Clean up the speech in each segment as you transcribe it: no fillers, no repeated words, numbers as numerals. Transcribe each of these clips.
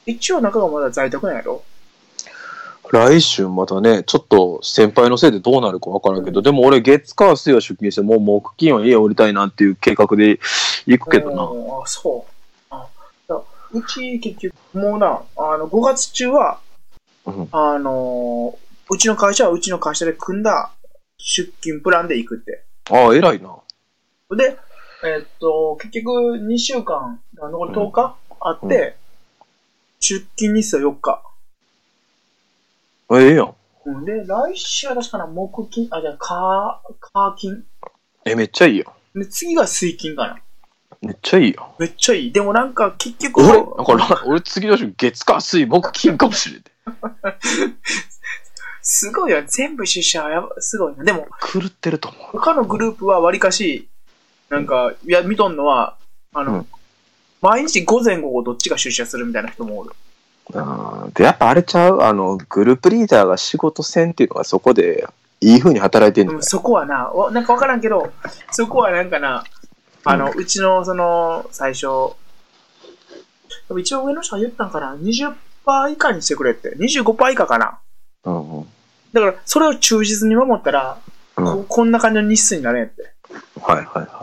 一応中がまだ在宅なんやろ。 来週またね、ちょっと先輩のせいでどうなるかわからんけど、でも俺月火水は出勤して、もう木金は家降りたいなっていう計画で行くけどな。 あ、そう。うち結局、もうな、5月中は、 うん、 うちの会社はうちの会社で組んだ出勤プランで行くって。 ああ、偉いな。 で、結局2週間、残り10日、あって、出勤日数は4日。 ええやん。 で、来週は確かな、木金、じゃあ、火金。 めっちゃいいやん。 で、次が水金かな。 めっちゃいいやん。 めっちゃいい。でもなんか、結局俺次の週月火水木金かもしれん。 すごいよ。全部出社はすごいな。でも、 狂ってると思う。 他のグループはわりかし、なんか、いや、見とんのは、毎日午前午後どっちが出社するみたいな人もおる。 で、やっぱあれちゃうグループリーダーが仕事せんっていうのがそこでいい風に働いてんの、 そこはな、なんかわからんけど、そこはなんかな、うちの最初、一応上の人が言ったんかな、20% 以下にしてくれって、25% 以下かな。だから、それを忠実に守ったら、こんな感じの日数になるんやって。 はいはいはい。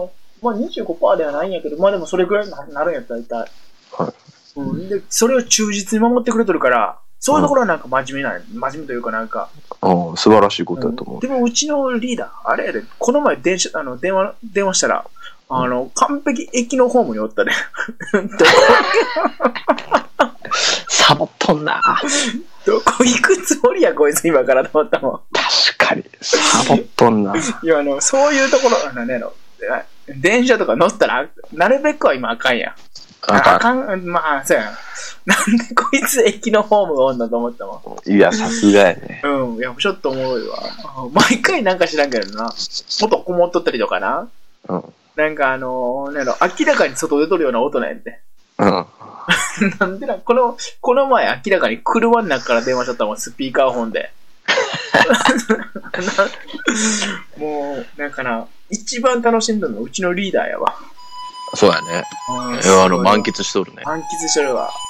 まあ 25% ではないんやけど、まあでもそれぐらいになるんやった、大体。 はい。 で、それを忠実に守ってくれとるから、そういうところはなんか真面目というかなんか。 素晴らしいことだと思う。 でもうちのリーダー、あれやで、この前電話したら、完璧駅のホームにおったね。 サボっとんな。 どこ行くつもりや、こいつ今からと思ったもん。 確かに。サボっとんな。いや、そういうところ、電車とか乗ったら、なるべくは今あかんやん。あかん、まあ、そうやな。なんでこいつ駅のホームおんのと思ったもん。いや、さすがやね。 いや、ちょっとおもろいわ。毎回なんか知らんけどな。もっとこもっとったりとかな。なんか明らかに外出とるような音なんやって。なんでな、この前明らかに車の中から電話しちゃったもん、スピーカーフォンで。もう、なんかな、一番楽しんだのうちのリーダーやわ。 そうやね。満喫しとるね。 満喫しとるわ。